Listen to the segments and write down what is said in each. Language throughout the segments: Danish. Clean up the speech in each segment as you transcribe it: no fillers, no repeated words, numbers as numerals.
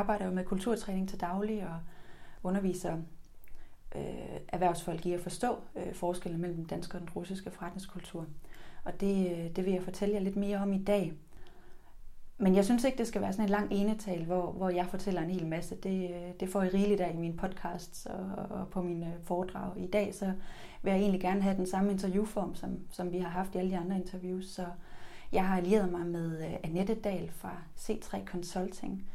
arbejder jo med kulturtræning til daglig og underviser erhvervsfolk i at forstå forskellen mellem den danske og den russiske forretningskultur. Og det vil jeg fortælle jer lidt mere om i dag. Men jeg synes ikke, det skal være sådan en lang enetal, hvor jeg fortæller en hel masse. Det får I rigeligt af i mine podcasts og på mine foredrag. I dag så vil jeg egentlig gerne have den samme interviewform, som vi har haft i alle de andre interviews. Så jeg har allieret mig med Annette Dahl fra C3 Consulting.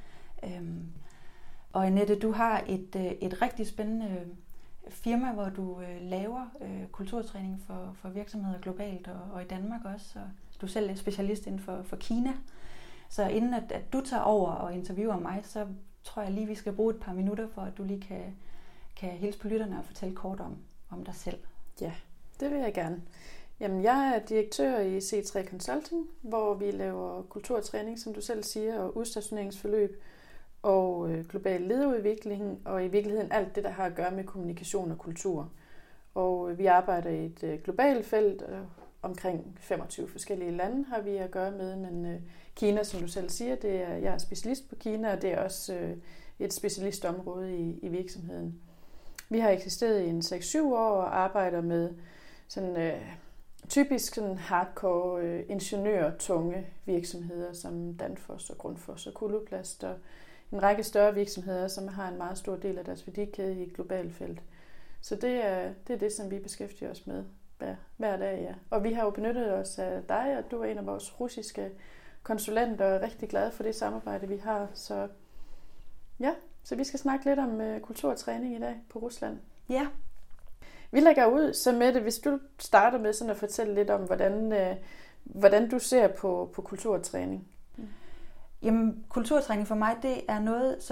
Og Annette, du har et rigtig spændende firma, hvor du laver kulturtræning for virksomheder globalt og i Danmark også. Og du selv er specialist inden for Kina. Så inden at du tager over og interviewer mig, så tror jeg lige, vi skal bruge et par minutter for, at du lige kan hilse på lytterne og fortælle kort om dig selv. Ja, det vil jeg gerne. Jamen, jeg er direktør i C3 Consulting, hvor vi laver kulturtræning, som du selv siger, og udstationeringsforløb og global lederudvikling, og i virkeligheden alt det, der har at gøre med kommunikation og kultur. Og vi arbejder i et globalt felt, omkring 25 forskellige lande har vi at gøre med, men Kina, som du selv siger, jeg er specialist på Kina, og det er også et specialistområde i virksomheden. Vi har eksisteret i en 6-7 år og arbejder med sådan typisk sådan hardcore ingeniørtunge virksomheder som Danfoss og Grundfos og Coloplast og en række større virksomheder, som har en meget stor del af deres værdikæde i et globalt felt. Så det er det, som vi beskæftiger os med hver dag, ja. Og vi har jo benyttet os af dig, og du er en af vores russiske konsulenter, og er rigtig glade for det samarbejde, vi har. Så ja, så vi skal snakke lidt om kulturtræning i dag på Rusland. Ja. Vi lægger ud, så Mette, hvis du starter med sådan at fortælle lidt om, hvordan du ser på kulturtræning. Jamen, kulturtræning for mig, det er noget,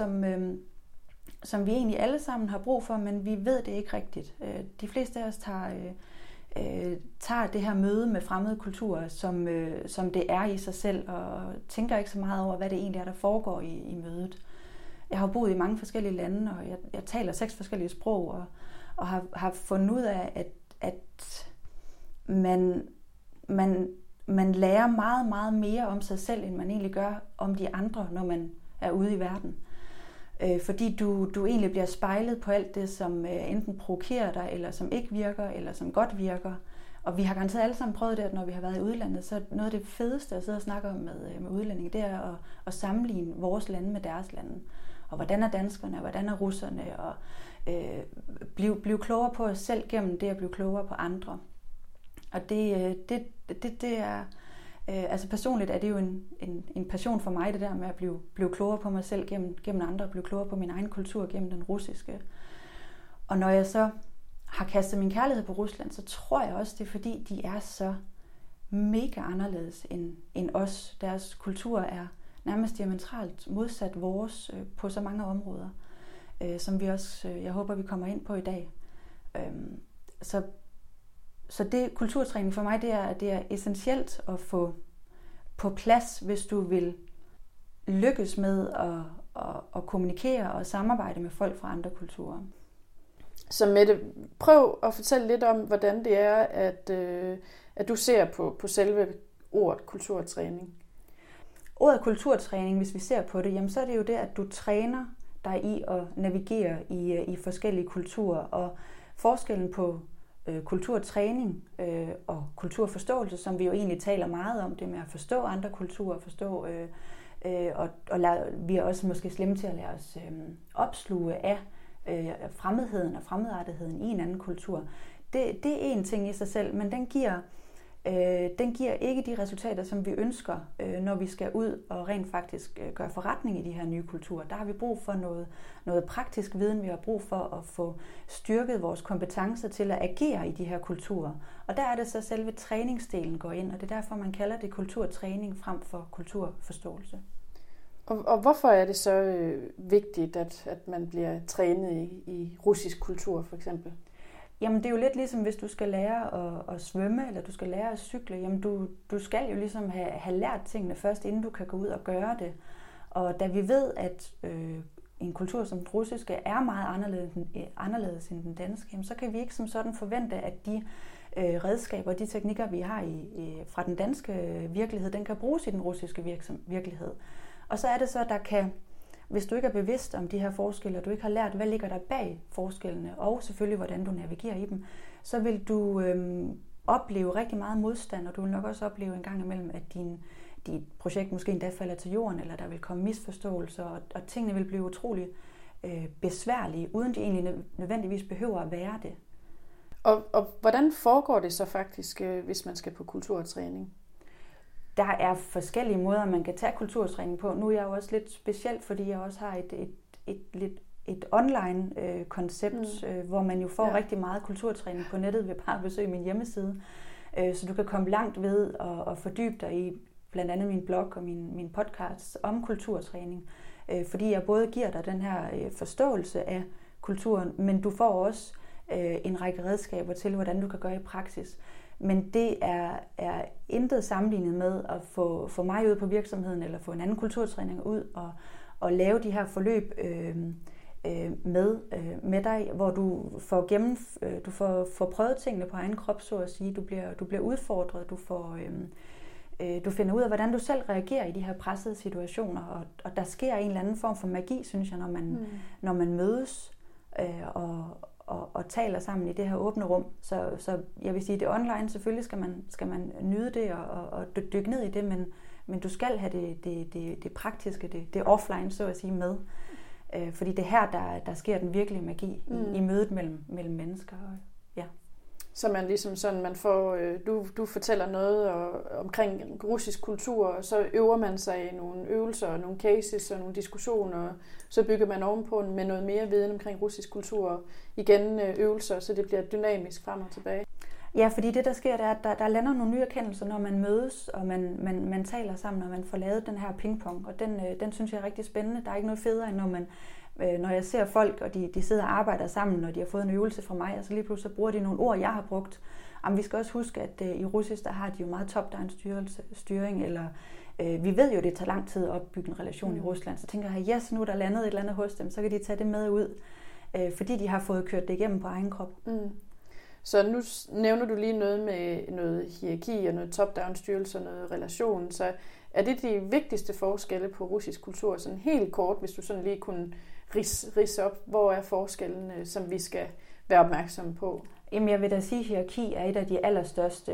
som vi egentlig alle sammen har brug for, men vi ved det ikke rigtigt. De fleste af os tager det her møde med fremmede kulturer, som det er i sig selv, og tænker ikke så meget over, hvad det egentlig er, der foregår i mødet. Jeg har boet i mange forskellige lande, og jeg taler 6 forskellige sprog, og har fundet ud af, at man lærer meget, meget mere om sig selv, end man egentlig gør om de andre, når man er ude i verden. Fordi du egentlig bliver spejlet på alt det, som enten provokerer dig, eller som ikke virker, eller som godt virker. Og vi har garanteret alle sammen prøvet det, at når vi har været i udlandet, så noget af det fedeste at sidde og snakke om med udlændinge, det er at sammenligne vores lande med deres lande. Og hvordan er danskerne, og hvordan er russerne, og blive klogere på os selv gennem det at blive klogere på andre. Og det er... Altså personligt er det jo en passion for mig, det der med at blive klogere på mig selv gennem andre, og blive klogere på min egen kultur gennem den russiske. Og når jeg så har kastet min kærlighed på Rusland, så tror jeg også, det er fordi, de er så mega anderledes end os. Deres kultur er nærmest diametralt modsat vores på så mange områder, som vi også, jeg håber, vi kommer ind på i dag. Så det kulturtræning for mig, det er essentielt at få på plads, hvis du vil lykkes med at kommunikere og samarbejde med folk fra andre kulturer. Så Mette, prøv at fortælle lidt om, hvordan det er, at du ser på selve ordet kulturtræning. Ordet kulturtræning, hvis vi ser på det, jamen så er det jo det, at du træner dig i at navigere i forskellige kulturer, og forskellen på kulturtræning og kulturforståelse, som vi jo egentlig taler meget om, det med at forstå andre kulturer, vi er også måske slemme til at lade os opsluge af fremmedheden og fremmedartigheden i en anden kultur. Det er en ting i sig selv, men den giver ikke de resultater, som vi ønsker, når vi skal ud og rent faktisk gøre forretning i de her nye kulturer. Der har vi brug for noget praktisk viden, vi har brug for at få styrket vores kompetencer til at agere i de her kulturer. Og der er det så selve træningsdelen går ind, og det er derfor, man kalder det kulturtræning frem for kulturforståelse. Og hvorfor er det så vigtigt, at man bliver trænet i russisk kultur for eksempel? Jamen det er jo lidt ligesom, hvis du skal lære at svømme, eller du skal lære at cykle. Jamen du skal jo ligesom have lært tingene først, inden du kan gå ud og gøre det. Og da vi ved, at en kultur som den russiske er meget anderledes end den danske, jamen, så kan vi ikke som sådan forvente, at de redskaber og de teknikker, vi har fra den danske virkelighed, den kan bruges i den russiske virkelighed. Og så er det så, at der kan hvis du ikke er bevidst om de her forskelle, og du ikke har lært, hvad ligger der bag forskellene, og selvfølgelig, hvordan du navigerer i dem, så vil du opleve rigtig meget modstand, og du vil nok også opleve en gang imellem, at dit projekt måske endda falder til jorden, eller der vil komme misforståelser, og tingene vil blive utrolig besværlige, uden de egentlig nødvendigvis behøver at være det. Og hvordan foregår det så faktisk, hvis man skal på kulturtræning? Der er forskellige måder, man kan tage kulturtræning på. Nu er jeg jo også lidt specielt, fordi jeg også har et online koncept, hvor man jo får rigtig meget kulturtræning på nettet ved bare at besøge min hjemmeside. Så du kan komme langt ved at fordybe dig i blandt andet min blog og min podcast om kulturtræning. Fordi jeg både giver dig den her forståelse af kulturen, men du får også en række redskaber til, hvordan du kan gøre i praksis. Men det er intet sammenlignet med at få mig ud på virksomheden, eller få en anden kulturtræner ud og lave de her forløb med dig, hvor du får prøvet tingene på egen krop, så at sige. Du bliver udfordret, du finder ud af, hvordan du selv reagerer i de her pressede situationer, og der sker en eller anden form for magi, synes jeg, når man mødes og taler sammen i det her åbne rum. Så jeg vil sige, det online, selvfølgelig skal man nyde det og dykke ned i det, men du skal have det praktiske, det offline, så at sige, med. Fordi det er her, der sker den virkelige magi i mødet mellem mennesker. Ja. Så man ligesom sådan, man får, du fortæller noget omkring russisk kultur, og så øver man sig i nogle øvelser, og nogle cases og nogle diskussioner, og så bygger man ovenpå med noget mere viden omkring russisk kultur, og igen øvelser, så det bliver dynamisk frem og tilbage. Ja, fordi det, der sker, det er, at der lander nogle nye erkendelser, når man mødes, og man taler sammen, og man får lavet den her pingpong, og den synes jeg er rigtig spændende. Der er ikke noget federe, end når jeg ser folk, og de sidder og arbejder sammen, og de har fået en øvelse fra mig, og så lige pludselig bruger de nogle ord, jeg har brugt. Jamen, vi skal også huske, at i russisk, der har de jo meget top-down styring, eller vi ved jo, det tager lang tid at opbygge en relation i Rusland, så tænker jeg, yes, nu er der landet et eller andet hos dem, så kan de tage det med ud, fordi de har fået kørt det igennem på egen krop. Så nu nævner du lige noget med noget hierarki og noget top-down styrelse og noget relation, så er det de vigtigste forskelle på russisk kultur, sådan helt kort, hvis du sådan lige kunne ridse op, hvor er forskellen, som vi skal være opmærksomme på? Jamen, jeg vil da sige, at hierarki er et af de allerstørste,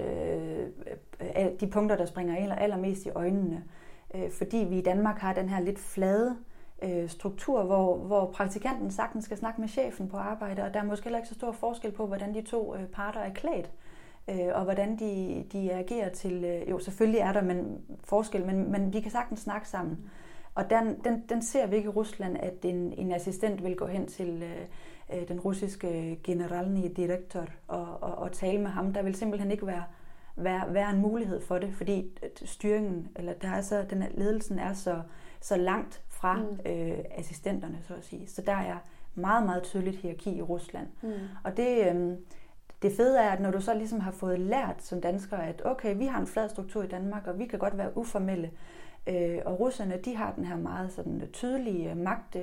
de punkter, der springer allermest i øjnene. Fordi vi i Danmark har den her lidt flade struktur, hvor praktikanten sagtens skal snakke med chefen på arbejde, og der er måske heller ikke så stor forskel på, hvordan de to parter er klædt, og hvordan de agerer til. Jo, selvfølgelig er der forskel, men de kan sagtens snakke sammen. Og den ser vi ikke i Rusland, at en assistent vil gå hen til den russiske generalny direktor og tale med ham. Der vil simpelthen ikke være en mulighed for det, fordi styringen, eller ledelsen er så langt fra assistenterne, så at sige. Så der er meget, meget tydeligt hierarki i Rusland. Og det fede er, at når du så ligesom har fået lært som dansker, at okay, vi har en flad struktur i Danmark, og vi kan godt være uformelle, og russerne, de har den her meget sådan tydelige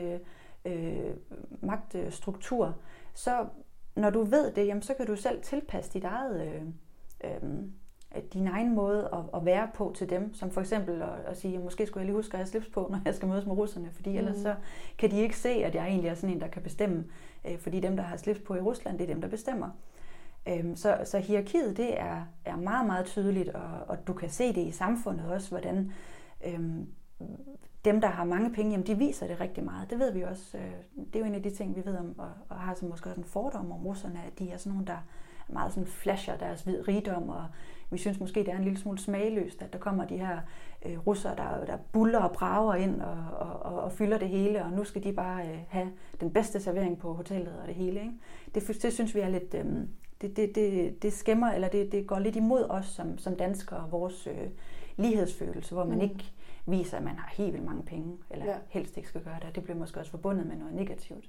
magtstruktur, så når du ved det, jamen, så kan du selv tilpasse din egen måde at være på til dem, som for eksempel at sige, måske skulle jeg lige huske at have slips på, når jeg skal mødes med russerne, fordi ellers så kan de ikke se, at jeg egentlig er sådan en, der kan bestemme, fordi dem, der har slips på i Rusland, det er dem, der bestemmer. Så hierarkiet, det er meget, meget tydeligt, og du kan se det i samfundet også, hvordan dem, der har mange penge, jamen, de viser det rigtig meget. Det ved vi også. Det er jo en af de ting, vi ved om, og har så måske også en fordom om russerne, at de er sådan nogle, der meget sådan flasher deres rigdom, og vi synes måske, det er en lille smule smagløst, at der kommer de her russere, der buller og brager ind og fylder det hele, og nu skal de bare have den bedste servering på hotellet og det hele. Ikke? Det synes vi er lidt, det skæmmer, eller det går lidt imod os som danskere og vores lighedsfølelse, hvor man ikke viser, at man har helt vildt mange penge, eller helst ikke skal gøre det. Det bliver måske også forbundet med noget negativt.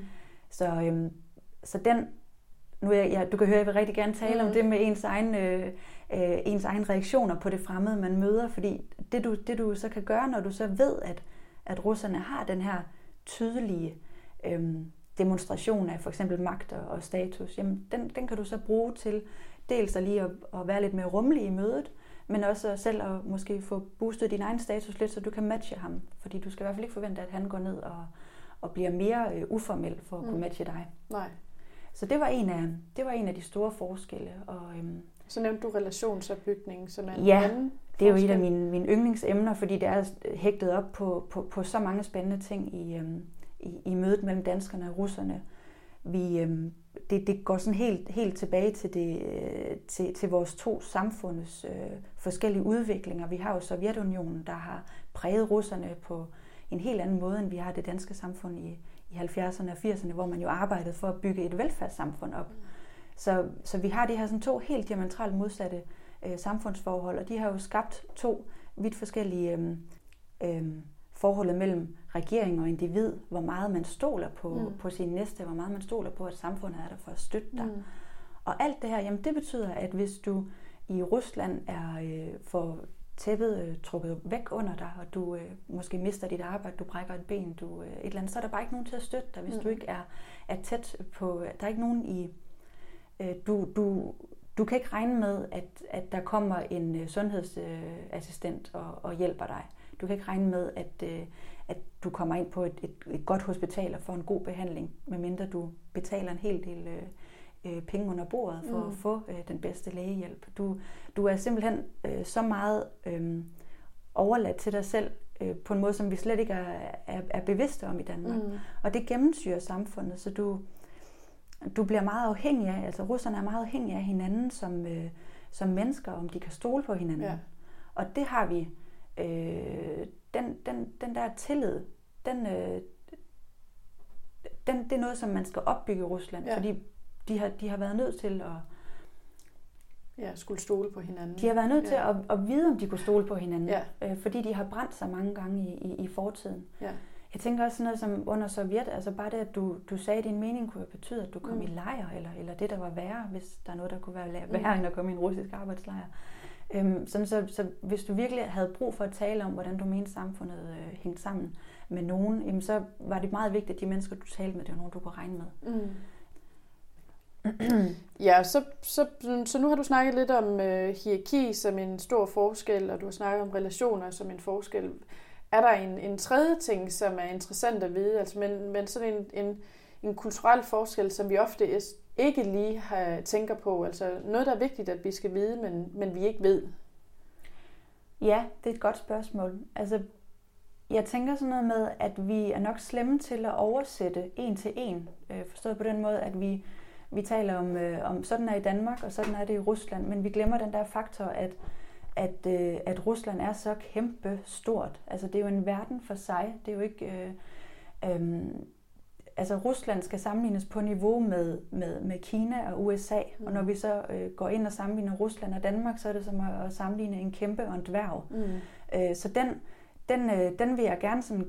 Så den, du kan høre, jeg vil rigtig gerne tale om det med ens egen reaktioner på det fremmede, man møder, fordi det du så kan gøre, når du så ved, at russerne har den her tydelige demonstration af for eksempel magt og status, jamen den kan du så bruge til dels at lige at være lidt mere rummelig i mødet, men også selv at måske få boostet din egen status lidt, så du kan matche ham. Fordi du skal i hvert fald ikke forvente, at han går ned og bliver mere uformel for at kunne matche dig. Nej. Så det var en af de store forskelle. Og, så nævnte du relationsopbygning, som er en anden det er jo et af mine yndlingsemner, fordi det er hægtet op på så mange spændende ting i mødet mellem danskerne og russerne. Det går sådan helt tilbage til vores to samfundes forskellige udviklinger. Vi har jo Sovjetunionen, der har præget russerne på en helt anden måde, end vi har det danske samfund i 70'erne og 80'erne, hvor man jo arbejdede for at bygge et velfærdssamfund op. Så vi har de her sådan to helt diametralt modsatte samfundsforhold, og de har jo skabt to vidt forskellige forholdet mellem regering og individ, hvor meget man stoler på sin næste, hvor meget man stoler på, at samfundet er der for at støtte dig. Og alt det her, jamen det betyder, at hvis du i Rusland får tæppet trukket væk under dig, og du måske mister dit arbejde, du brækker et ben, et eller andet, så er der bare ikke nogen til at støtte dig, hvis du ikke er tæt på. Der er ikke nogen i. Du kan ikke regne med, at der kommer en sundhedsassistent og hjælper dig. Du kan ikke regne med, at du kommer ind på et godt hospital og får en god behandling, medmindre du betaler en hel del penge under bordet for at få den bedste lægehjælp. Du er simpelthen så meget overladt til dig selv på en måde, som vi slet ikke er bevidste om i Danmark. Og det gennemsyrer samfundet, så du bliver meget afhængig af, altså russerne er meget afhængige af hinanden som mennesker, om de kan stole på hinanden. Ja. Og det har vi. Den der tillid, det er noget, som man skal opbygge i Rusland, fordi de har været nødt til at skulle stole på hinanden. De har været nødt til at vide, om de kunne stole på hinanden, fordi de har brændt sig mange gange i fortiden. Ja. Jeg tænker også sådan noget som under Sovjet, altså bare det, at du sagde din mening, kunne jo betyde, at du kom i lejr, eller det, der var værre, hvis der er noget, der kunne være værre, end at komme i en russisk arbejdslejr. Så hvis du virkelig havde brug for at tale om, hvordan du mente samfundet hængte sammen med nogen, jamen, så var det meget vigtigt, at de mennesker, du talte med, det var nogen, du kunne regne med. Ja, så nu har du snakket lidt om hierarki som en stor forskel, og du har snakket om relationer som en forskel. Er der en tredje ting, som er interessant at vide, altså men sådan en kulturel forskel, som vi ofte ikke lige tænker på, altså noget, der er vigtigt, at vi skal vide, men vi ikke ved? Ja, det er et godt spørgsmål. Altså, jeg tænker sådan noget med, at vi er nok slemme til at oversætte en til en, forstået på den måde, at vi taler om sådan er i Danmark, og sådan er det i Rusland, men vi glemmer den der faktor, at Rusland er så kæmpe stort. Altså, det er jo en verden for sig. Det er jo ikke. Altså, Rusland skal sammenlignes på niveau med Kina og USA. Og når vi så går ind og sammenligner Rusland og Danmark, så er det som at sammenligne en kæmpe og en dværg. Så den vil jeg gerne sådan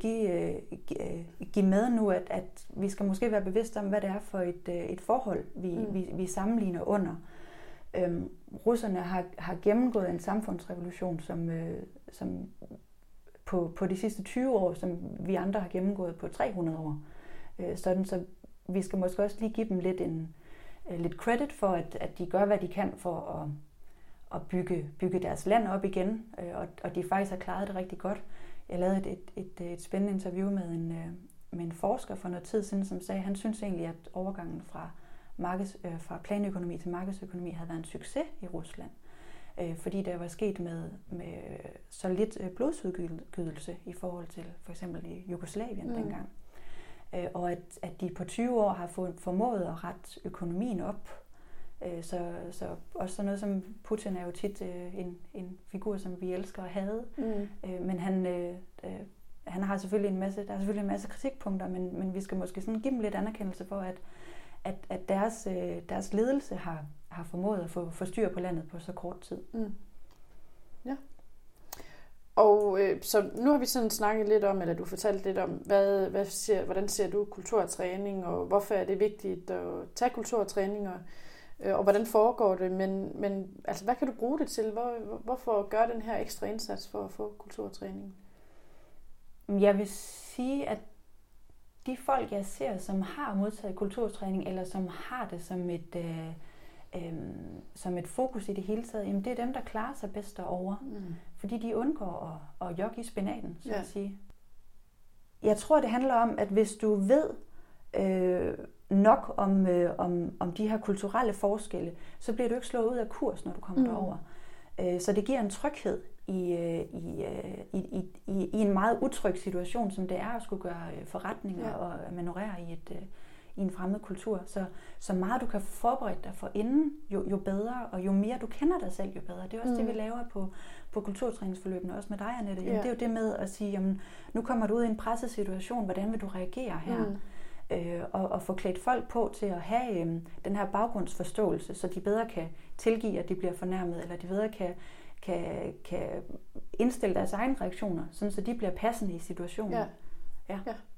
give med nu, at vi skal måske være bevidste om, hvad det er for et forhold, vi sammenligner under. Russerne har gennemgået en samfundsrevolution, som på de sidste 20 år, som vi andre har gennemgået på 300 år. Sådan, så vi skal måske også lige give dem lidt credit for, at de gør, hvad de kan for at bygge deres land op igen, og de faktisk har klaret det rigtig godt. Jeg lavede et spændende interview med en forsker for noget tid siden, som sagde, at han synes egentlig, at overgangen fra planøkonomi til markedsøkonomi havde været en succes i Rusland. Fordi der var sket med så lidt blodsudgydelse i forhold til for eksempel i Jugoslavien dengang. Og at de på 20 år har formået at rette økonomien op. Så også sådan noget som Putin er jo tit en figur, som vi elsker at hade. Men han har selvfølgelig en masse kritikpunkter, men vi skal måske sådan give dem lidt anerkendelse for, at deres ledelse har formået at få styr på landet på så kort tid. Ja. Og så nu har vi sådan snakket lidt om, eller du fortalte lidt om, hvordan ser du kulturtræning, og hvorfor er det vigtigt at tage kulturtræning, og hvordan foregår det, men altså, hvad kan du bruge det til? Hvorfor gøre den her ekstra indsats for at få kulturtræning? Jeg vil sige, at de folk, jeg ser, som har modtaget kulturtræning, eller som har det som som et fokus i det hele taget, jamen det er dem, der klarer sig bedst derovre. Fordi de undgår at jogge i spinaten, så at sige. Jeg tror, det handler om, at hvis du ved nok om de her kulturelle forskelle, så bliver du ikke slået ud af kurs, når du kommer derover. Så det giver en tryghed i en meget utryg situation, som det er at skulle gøre forretninger og manøvrere i en fremmed kultur. Så meget du kan forberede dig for inden, jo bedre, og jo mere du kender dig selv, jo bedre. Det er også det, vi laver på kulturtræningsforløbene, også med dig, Annette. Jamen, det er jo det med at sige, jamen, nu kommer du ud i en presset situation, hvordan vil du reagere her? Og få klædt folk på til at have den her baggrundsforståelse, så de bedre kan tilgive, at de bliver fornærmet, eller de bedre kan indstille deres egne reaktioner, sådan så de bliver passende i situationen. Ja.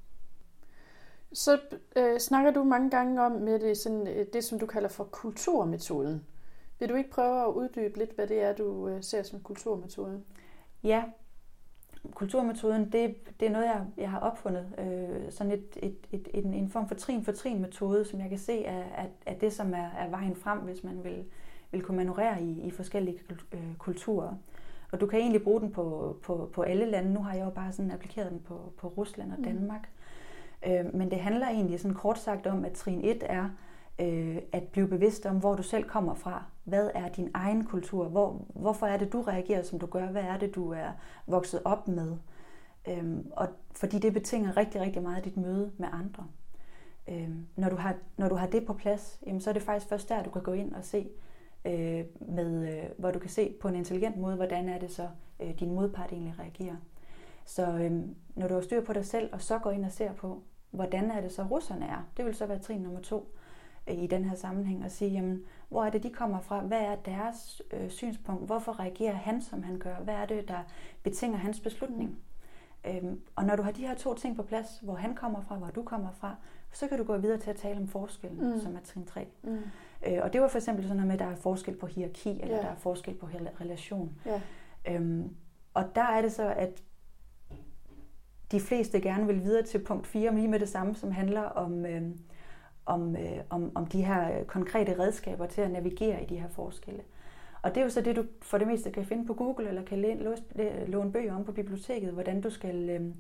Så snakker du mange gange om med det, som du kalder for kulturmetoden. Vil du ikke prøve at uddybe lidt, hvad det er, du ser som kulturmetoden? Ja, kulturmetoden, det er noget, jeg har opfundet. Sådan en form for trin-for-trin metode, som jeg kan se er det, som er vejen frem, hvis man vil kunne manøvrere i forskellige kulturer. Og du kan egentlig bruge den på alle lande. Nu har jeg jo bare sådan applikeret den på Rusland og Danmark. Men det handler egentlig sådan kort sagt om, at trin 1 er at blive bevidst om, hvor du selv kommer fra. Hvad er din egen kultur? Hvorfor er det, du reagerer, som du gør? Hvad er det, du er vokset op med? Og fordi det betinger rigtig, rigtig meget dit møde med andre. Når du har det på plads, jamen, så er det faktisk først der, du kan gå ind og se, hvor du kan se på en intelligent måde, hvordan er det så, din modpart egentlig reagerer. Så når du har styr på dig selv, og så går ind og ser på, hvordan er det så russerne er, det vil så være trin nummer 2 i den her sammenhæng, og sige, jamen, hvor er det, de kommer fra? Hvad er deres synspunkt? Hvorfor reagerer han, som han gør? Hvad er det, der betinger hans beslutning? Og når du har de her 2 ting på plads, hvor han kommer fra, hvor du kommer fra, så kan du gå videre til at tale om forskellen, som er trin 3. Og det var for eksempel sådan noget med, at der er forskel på hierarki, eller der er forskel på relation. Og der er det så, at de fleste gerne vil videre til punkt 4, lige med det samme, som handler om de her konkrete redskaber til at navigere i de her forskelle. Og det er jo så det, du for det meste kan finde på Google, eller kan låne bøger om på biblioteket, hvordan du skal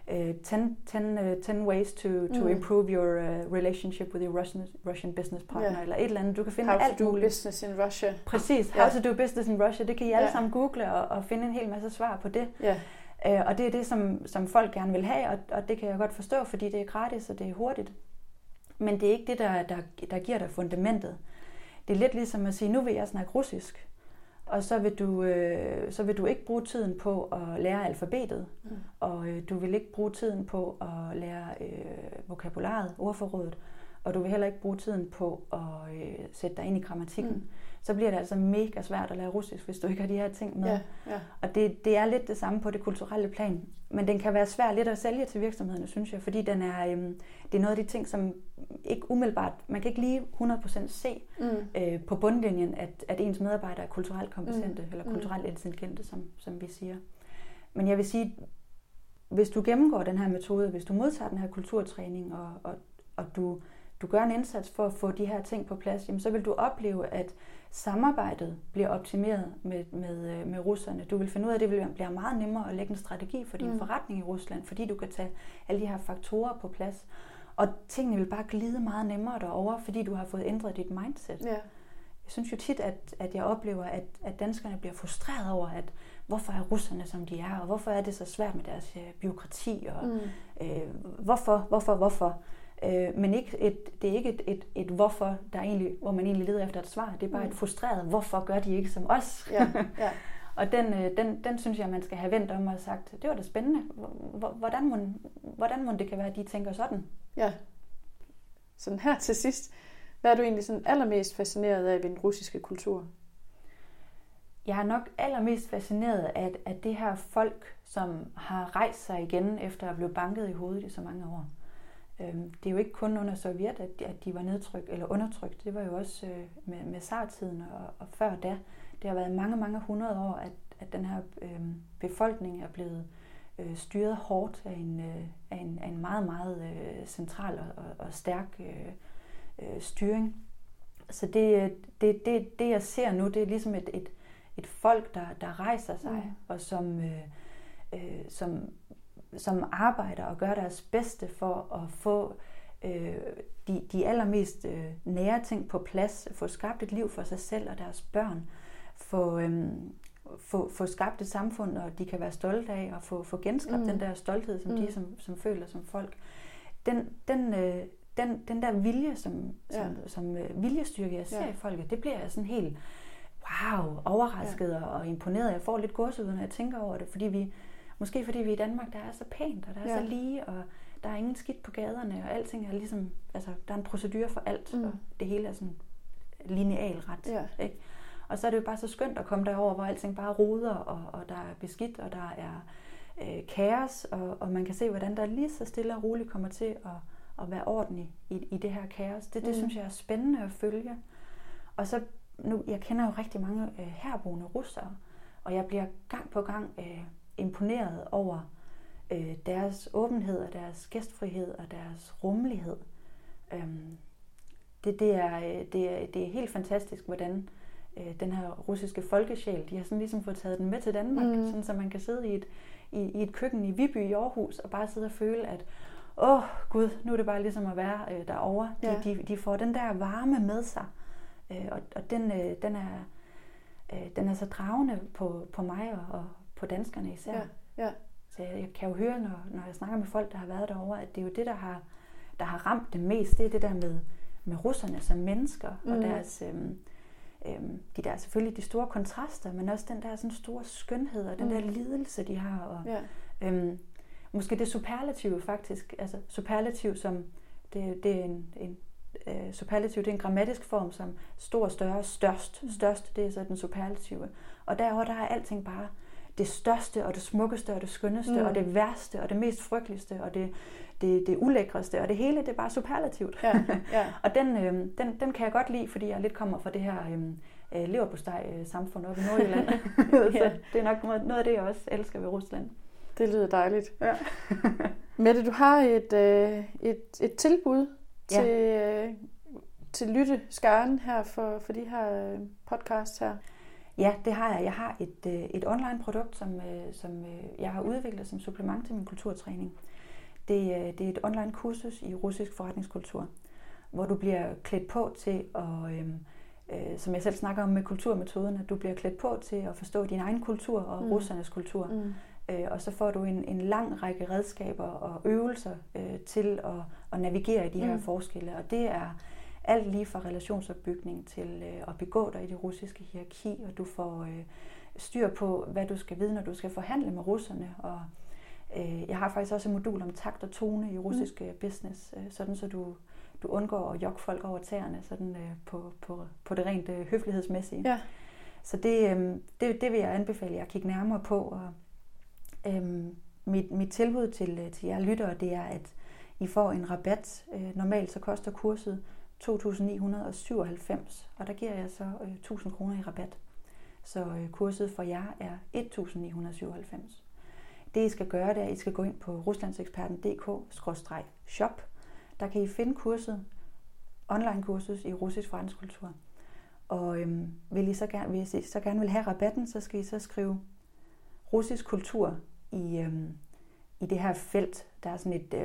10 ways to improve your relationship with your Russian business partner, eller et eller andet. Du kan finde alt muligt. How to do business in Russia. Præcis, how to do business in Russia. Det kan I alle sammen google og finde en hel masse svar på det. Og det er det, som folk gerne vil have, og det kan jeg godt forstå, fordi det er gratis, og det er hurtigt. Men det er ikke det, der giver dig fundamentet. Det er lidt ligesom at sige, nu vil jeg snakke russisk, og så vil du ikke bruge tiden på at lære alfabetet, og du vil ikke bruge tiden på at lære vokabularet, ordforrådet, og du vil heller ikke bruge tiden på at sætte dig ind i grammatikken. Så bliver det altså mega svært at lære russisk, hvis du ikke har de her ting med. Og det er lidt det samme på det kulturelle plan. Men den kan være svær lidt at sælge til virksomhederne, synes jeg, fordi det er noget af de ting, som ikke umiddelbart, man kan ikke lige 100% se på bundlinjen, at ens medarbejdere er kulturelt kompetente, eller kulturelt intelligente, som vi siger. Men jeg vil sige, hvis du gennemgår den her metode, hvis du modtager den her kulturtræning, og du gør en indsats for at få de her ting på plads, jamen, så vil du opleve, at samarbejdet bliver optimeret med russerne. Du vil finde ud af, at det bliver meget nemmere at lægge en strategi for din forretning i Rusland, fordi du kan tage alle de her faktorer på plads. Og tingene vil bare glide meget nemmere derover, fordi du har fået ændret dit mindset. Jeg synes jo tit, at jeg oplever, at danskerne bliver frustreret over, at hvorfor er russerne, som de er, og hvorfor er det så svært med deres bureaukrati, og hvorfor? Men det er ikke et hvorfor, hvor man egentlig leder efter et svar. Det er bare et frustreret, hvorfor gør de ikke som os? Og den synes jeg, man skal have vendt om og sagt, det var da spændende. Hvordan må det kan være, at de tænker sådan? Ja. Sådan her til sidst. Hvad er du egentlig sådan allermest fascineret af ved den russiske kultur? Jeg er nok allermest fascineret af det her folk, som har rejst sig igen efter at blive banket i hovedet i så mange år. Det er jo ikke kun under Sovjet, at de var nedtrykt eller undertrykt. Det var jo også med zartiden og før da. Det har været mange, mange 100 år, at den her befolkning er blevet styret hårdt af en meget, meget central og stærk styring. Så det jeg ser nu, det er ligesom et folk, der rejser sig, og som arbejder og gør deres bedste for at få de allermest nære ting på plads, få skabt et liv for sig selv og deres børn, få skabt et samfund, og de kan være stolte af, og få genskabt den der stolthed, som de som føler som folk. Den der vilje, som viljestyrke, jeg ser i folket, det bliver jeg sådan helt overrasket og imponeret. Jeg får lidt gåsehud, når jeg tænker over det, fordi vi i Danmark, der er så pænt, og der er så lige, og der er ingen skidt på gaderne, og alting er ligesom, altså der er en procedure for alt, og det hele er sådan linealret, ikke? Og så er det jo bare så skønt at komme derover, hvor alting bare roder, og der er beskidt, og der er kaos, og man kan se, hvordan der lige så stille og roligt kommer til at være orden i det her kaos. Det synes jeg er spændende at følge. Og så nu, jeg kender jo rigtig mange herboende russere, og jeg bliver gang på gang imponeret over deres åbenhed og deres gæstfrihed og deres rummelighed. Det er helt fantastisk, hvordan den her russiske folkesjæl, de har sådan ligesom fået taget den med til Danmark, sådan så man kan sidde i et køkken i Viby i Aarhus og bare sidde og føle, at Gud, nu er det bare ligesom at være derovre. De får den der varme med sig, og den er så dragende på mig og på danskerne især. Så jeg kan jo høre, når jeg snakker med folk, der har været derovre, at det er jo det, der har ramt dem mest. Det er det der med russerne som mennesker, og deres de der selvfølgelig de store kontraster, men også den der sådan store skønhed og den der lidelse, de har. Og, måske det superlative faktisk, altså superlativ som det er en superlativ, det er en grammatisk form som stor, større, størst. Størst, det er så den superlative. Og derovre, der er alting bare det største, og det smukkeste, og det skønneste, og det værste, og det mest frygteligste, og det ulækreste, og det hele, det er bare superlativt. Og den kan jeg godt lide, fordi jeg lidt kommer fra det her leverpostej-samfund oppe i Nordjylland. Så det er nok noget af det, jeg også elsker ved Rusland. Det lyder dejligt. Ja. Mette, du har et tilbud til lytteskaren her for de her podcasts her. Ja, det har jeg. Jeg har et online produkt, som jeg har udviklet som supplement til min kulturtræning. Det er et online kursus i russisk forretningskultur, hvor du bliver klædt på til at, som jeg selv snakker om med kulturmetoden, at du bliver klædt på til at forstå din egen kultur og russernes kultur. Og så får du en lang række redskaber og øvelser til at navigere i de her forskelle. Og det er alt lige fra relationsopbygning til at begå dig i det russiske hierarki, og du får styr på, hvad du skal vide, når du skal forhandle med russerne. Og jeg har faktisk også et modul om takt og tone i russisk business, sådan så du undgår at jogge folk over tæerne, sådan på det rent høflighedsmæssige. Ja. Så det vil jeg anbefale jer at kigge nærmere på. Og mit tilbud til jer lyttere, det er, at I får en rabat. Normalt så koster kurset 2.997, og der giver jeg så 1.000 kroner i rabat. Så kurset for jer er 1.997. Det I skal gøre, det er, at I skal gå ind på ruslandseksperten.dk/shop. Der kan I finde kurset, online kursus i russisk forretningskultur. Og hvis I så gerne vil have rabatten, så skal I så skrive russisk kultur i det her felt. Der er sådan et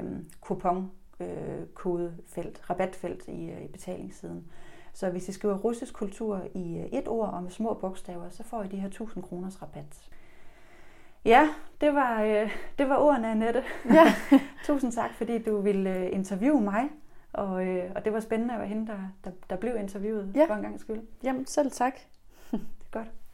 kodefelt, rabatfelt i betalingssiden. Så hvis I skriver russisk kultur i et ord og med små bogstaver, så får I de her 1.000 kroners rabat. Ja, det var ordene, Annette. Ja. Tusind tak, fordi du ville interviewe mig. Og det var spændende at være hende, der blev interviewet for en gangs skyld. Jamen, selv tak. Det er godt.